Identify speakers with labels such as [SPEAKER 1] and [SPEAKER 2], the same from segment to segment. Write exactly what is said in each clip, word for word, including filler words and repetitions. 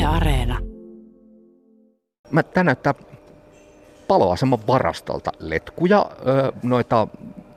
[SPEAKER 1] Yle Areena.
[SPEAKER 2] Mä tää näyttää paloaseman varastolta letkuja, öö, noita,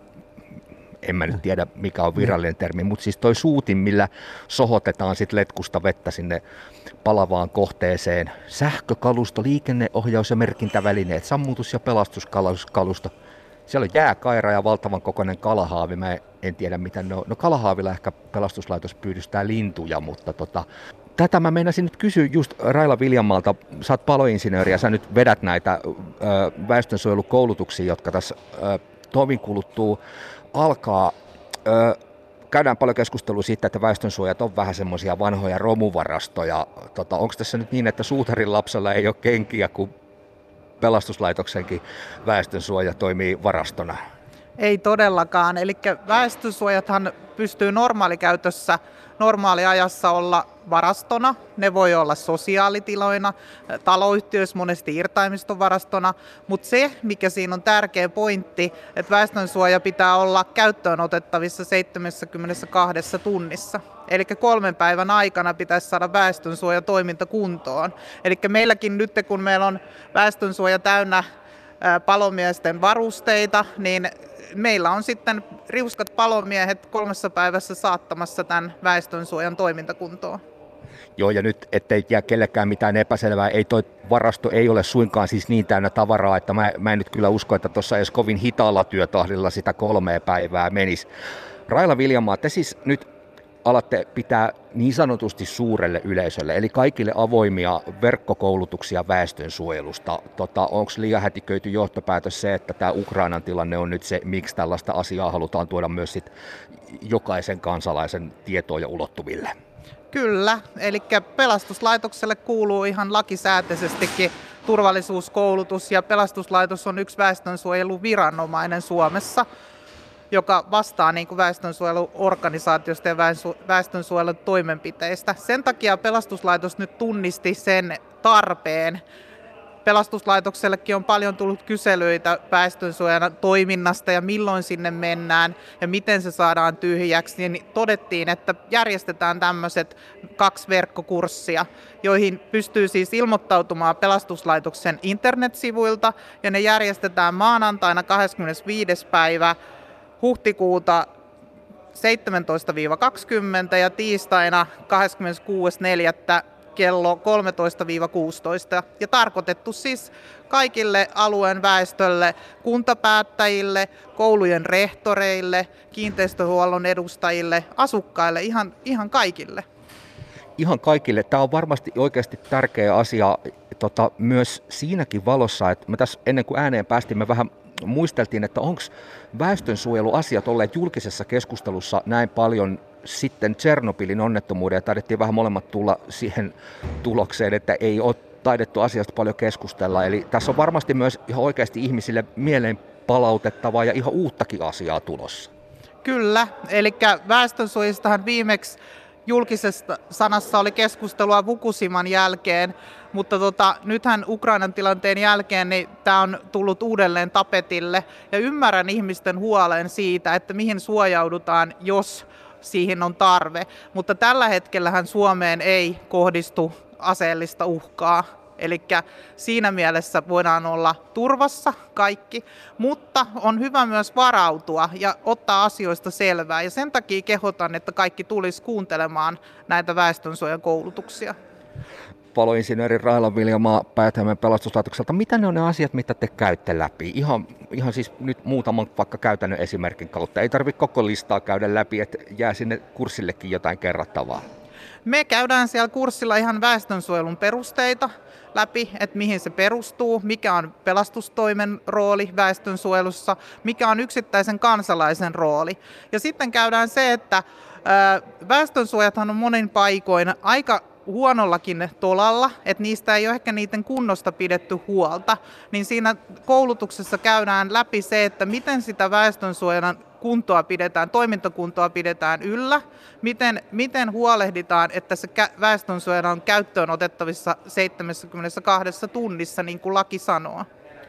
[SPEAKER 2] en mä nyt tiedä mikä on virallinen termi, mutta siis toi suutin, millä sohotetaan sit letkusta vettä sinne palavaan kohteeseen. Sähkökalusto, liikenneohjaus- ja merkintävälineet, sammutus- ja pelastuskalusto. Siellä on jääkaira ja valtavan kokoinen kalahaavi. Mä en, en tiedä mitä ne on. No kalahaavilla ehkä pelastuslaitos pyydystää lintuja, mutta tota, tätä mä meinasin nyt kysyä just Raila Viljanmaalta. Sä oot paloinsinööri ja sä nyt vedät näitä ö, väestönsuojelukoulutuksia, jotka tässä ö, tovin kuluttua alkaa. Ö, käydään paljon keskustelua siitä, että väestönsuojat on vähän semmoisia vanhoja romuvarastoja. Tota, onko tässä nyt niin, että suutarin lapsella ei ole kenkiä, kun pelastuslaitoksenkin väestönsuoja toimii varastona?
[SPEAKER 3] Ei todellakaan. Eli väestönsuojathan pystyy normaalikäytössä normaaliajassa olla varastona. Ne voi olla sosiaalitiloina, taloyhtiöissä monesti irtaimiston varastona, mutta se, mikä siinä on tärkeä pointti, että väestönsuoja pitää olla käyttöön otettavissa seitsemänkymmentäkaksi tunnissa. Eli kolmen päivän aikana pitäisi saada väestönsuoja toiminta kuntoon. Eli meilläkin nyt, kun meillä on väestönsuoja täynnä palomiesten varusteita, niin meillä on sitten riuskat palomiehet kolmessa päivässä saattamassa tämän väestönsuojan toimintakuntoon.
[SPEAKER 2] Joo, ja nyt ettei jää kellekään mitään epäselvää, ei toi varasto ei ole suinkaan siis niin täynnä tavaraa, että mä, mä en nyt kyllä usko, että tuossa edes kovin hitaalla työtahdilla sitä kolmea päivää menisi. Raila Viljanmaa, te siis nyt alatte pitää niin sanotusti suurelle yleisölle, eli kaikille avoimia verkkokoulutuksia väestönsuojelusta. Tota, onko liian hätiköity johtopäätös se, että tämä Ukrainan tilanne on nyt se, miksi tällaista asiaa halutaan tuoda myös sit jokaisen kansalaisen tietoon ja ulottuville?
[SPEAKER 3] Kyllä, eli pelastuslaitokselle kuuluu ihan lakisääteisestikin turvallisuuskoulutus, ja pelastuslaitos on yksi väestönsuojeluviranomainen Suomessa, joka vastaa niin kuin väestönsuojeluorganisaatiosta ja väestönsuojelun toimenpiteistä. Sen takia pelastuslaitos nyt tunnisti sen tarpeen. Pelastuslaitoksellekin on paljon tullut kyselyitä väestönsuojan toiminnasta ja milloin sinne mennään ja miten se saadaan tyhjäksi. Niin todettiin, että järjestetään tämmöiset kaksi verkkokurssia, joihin pystyy siis ilmoittautumaan pelastuslaitoksen internetsivuilta, ja ne järjestetään maanantaina kahdeskymmenesviides päivä huhtikuuta seitsemäntoista kaksikymmentä ja tiistaina kahdeskymmeneskuudes neljättä kello kolmetoista kuusitoista. Ja tarkoitettu siis kaikille alueen väestölle, kuntapäättäjille, koulujen rehtoreille, kiinteistöhuollon edustajille, asukkaille, ihan, ihan kaikille.
[SPEAKER 2] Ihan kaikille. Tämä on varmasti oikeasti tärkeä asia tota, myös siinäkin valossa, että me tässä ennen kuin ääneen päästiin, me vähän muisteltiin, että onko väestönsuojeluasiat olleet julkisessa keskustelussa näin paljon sitten Tšernobylin onnettomuuden, ja taidettiin vähän molemmat tulla siihen tulokseen, että ei ole taidettu asiasta paljon keskustella. Eli tässä on varmasti myös ihan oikeasti ihmisille mieleen palautettavaa ja ihan uuttakin asiaa tulossa.
[SPEAKER 3] Kyllä, eli väestönsuojistahan viimeksi julkisessa sanassa oli keskustelua Fukushiman jälkeen, mutta tota, nythän Ukrainan tilanteen jälkeen niin tämä on tullut uudelleen tapetille, ja ymmärrän ihmisten huolen siitä, että mihin suojaudutaan, jos siihen on tarve, mutta tällä hetkellähän Suomeen ei kohdistu aseellista uhkaa. Eli siinä mielessä voidaan olla turvassa kaikki, mutta on hyvä myös varautua ja ottaa asioista selvää. Ja sen takia kehotan, että kaikki tulisi kuuntelemaan näitä väestönsuojan koulutuksia.
[SPEAKER 2] Paloinsinööri Raila Viljanmaa Päijät-Hämeen pelastuslaitokselta. Mitä ne on ne asiat, mitä te käytte läpi? Ihan, ihan siis nyt muutaman vaikka käytännön esimerkin kautta. Ei tarvitse koko listaa käydä läpi, että jää sinne kurssillekin jotain kerrattavaa.
[SPEAKER 3] Me käydään siellä kurssilla ihan väestönsuojelun perusteita läpi, että mihin se perustuu, mikä on pelastustoimen rooli väestönsuojelussa, mikä on yksittäisen kansalaisen rooli. Ja sitten käydään se, että väestönsuojathan on monin paikoin aika huonollakin tolalla, että niistä ei ole ehkä niiden kunnosta pidetty huolta, niin siinä koulutuksessa käydään läpi se, että miten sitä väestönsuojan kuntoa pidetään, toimintakuntoa pidetään yllä, miten, miten huolehditaan, että se väestönsuoja on käyttöön otettavissa seitsemänkymmentäkaksi tunnissa, niin kuin laki sanoo.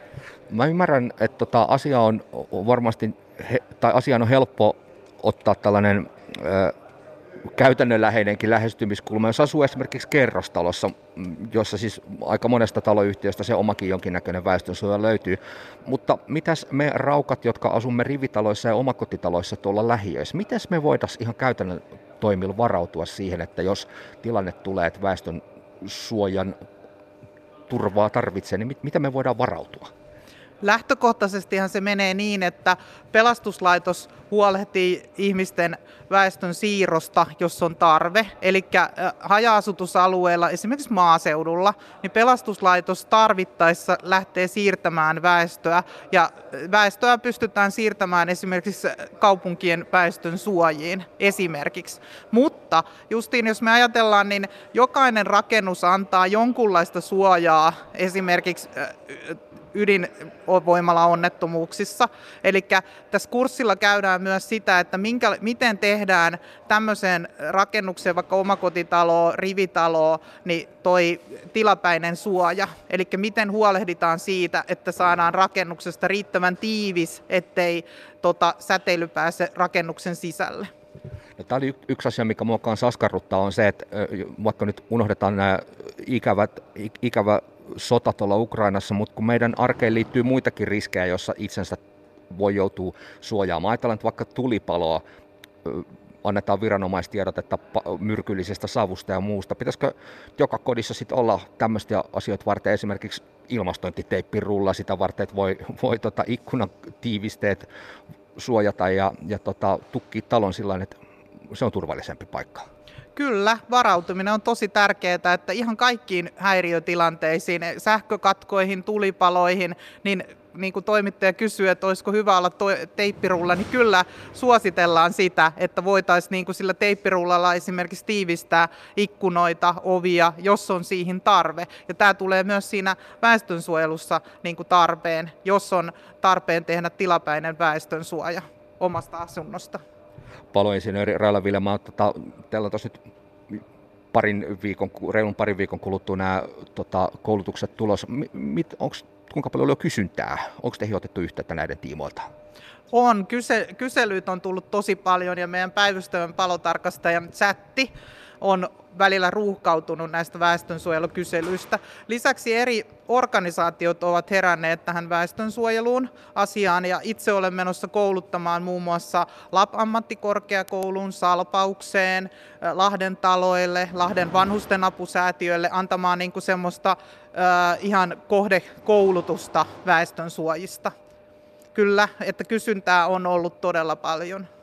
[SPEAKER 2] Mä ymmärrän, että tota asia on varmasti, tai asiaan on helppo ottaa tällainen ö, käytännönläheinenkin lähestymiskulma. Jos asuu esimerkiksi kerrostalossa, jossa siis aika monesta taloyhtiöstä se omakin jonkinnäköinen väestönsuoja löytyy, mutta mitäs me raukat, jotka asumme rivitaloissa ja omakotitaloissa tuolla lähiöissä, miten me voitaisiin ihan käytännön toimilla varautua siihen, että jos tilanne tulee, että väestön suojan turvaa tarvitsee, niin mit, mitä me voidaan varautua?
[SPEAKER 3] Lähtökohtaisestihan se menee niin, että pelastuslaitos huolehtii ihmisten väestön siirrosta, jos on tarve. Eli haja-asutusalueella, esimerkiksi maaseudulla, niin pelastuslaitos tarvittaessa lähtee siirtämään väestöä. Ja väestöä pystytään siirtämään esimerkiksi kaupunkien väestön suojiin esimerkiksi. Mutta justiin jos me ajatellaan, niin jokainen rakennus antaa jonkunlaista suojaa esimerkiksi ydinvoimalaonnettomuuksissa. Eli tässä kurssilla käydään myös sitä, että minkä, miten tehdään tämmöiseen rakennukseen, vaikka omakotitalo, rivitalo, niin toi tilapäinen suoja. Eli miten huolehditaan siitä, että saadaan rakennuksesta riittävän tiivis, ettei tota, säteily pääse rakennuksen sisälle.
[SPEAKER 2] No, tämä oli yksi asia, mikä minua kanssa askarruttaa, on se, että vaikka nyt unohdetaan nämä ikävät, ikävä sota tuolla Ukrainassa, mutta kun meidän arkeen liittyy muitakin riskejä, joissa itsensä voi joutua suojaamaan. Ajatellaan, että vaikka tulipaloa, annetaan viranomaistiedotetta myrkyllisestä savusta ja muusta. Pitäisikö joka kodissa sitten olla tämmöistä asioita varten, esimerkiksi ilmastointiteippirulla sitä varten, että voi, voi tota ikkunan tiivisteet suojata ja, ja tota, tukkii talon sillä tavalla, että se on turvallisempi paikka?
[SPEAKER 3] Kyllä, varautuminen on tosi tärkeää, että ihan kaikkiin häiriötilanteisiin, sähkökatkoihin, tulipaloihin, niin niin kuin toimittaja kysyy, että olisiko hyvä olla teippirulla, niin kyllä suositellaan sitä, että voitaisiin niin kuin sillä teippirullalla esimerkiksi tiivistää ikkunoita, ovia, jos on siihen tarve. Ja tämä tulee myös siinä väestönsuojelussa niin kuin tarpeen, jos on tarpeen tehdä tilapäinen väestönsuoja omasta asunnosta.
[SPEAKER 2] Paloinsinööri Raila Viljamaa, tota, teillä on tuossa nyt parin viikon, reilun parin viikon kuluttua nämä tota, koulutukset tulossa. Mit, onks, kuinka paljon oli jo kysyntää? Onko teihin otettu yhteyttä näiden tiimoilta?
[SPEAKER 3] On. Kyse, kyselyt on tullut tosi paljon ja meidän päivystävän palotarkastajan chatti on välillä ruuhkautunut näistä väestönsuojelukyselyistä. Lisäksi eri organisaatiot ovat heränneet tähän väestönsuojeluun asiaan ja itse olen menossa kouluttamaan muun muassa L A P-ammattikorkeakouluun, Salpaukseen, Lahden taloille, Lahden vanhusten apusäätiölle antamaan niin kuin semmoista äh, ihan kohdekoulutusta väestönsuojista. Kyllä, että kysyntää on ollut todella paljon.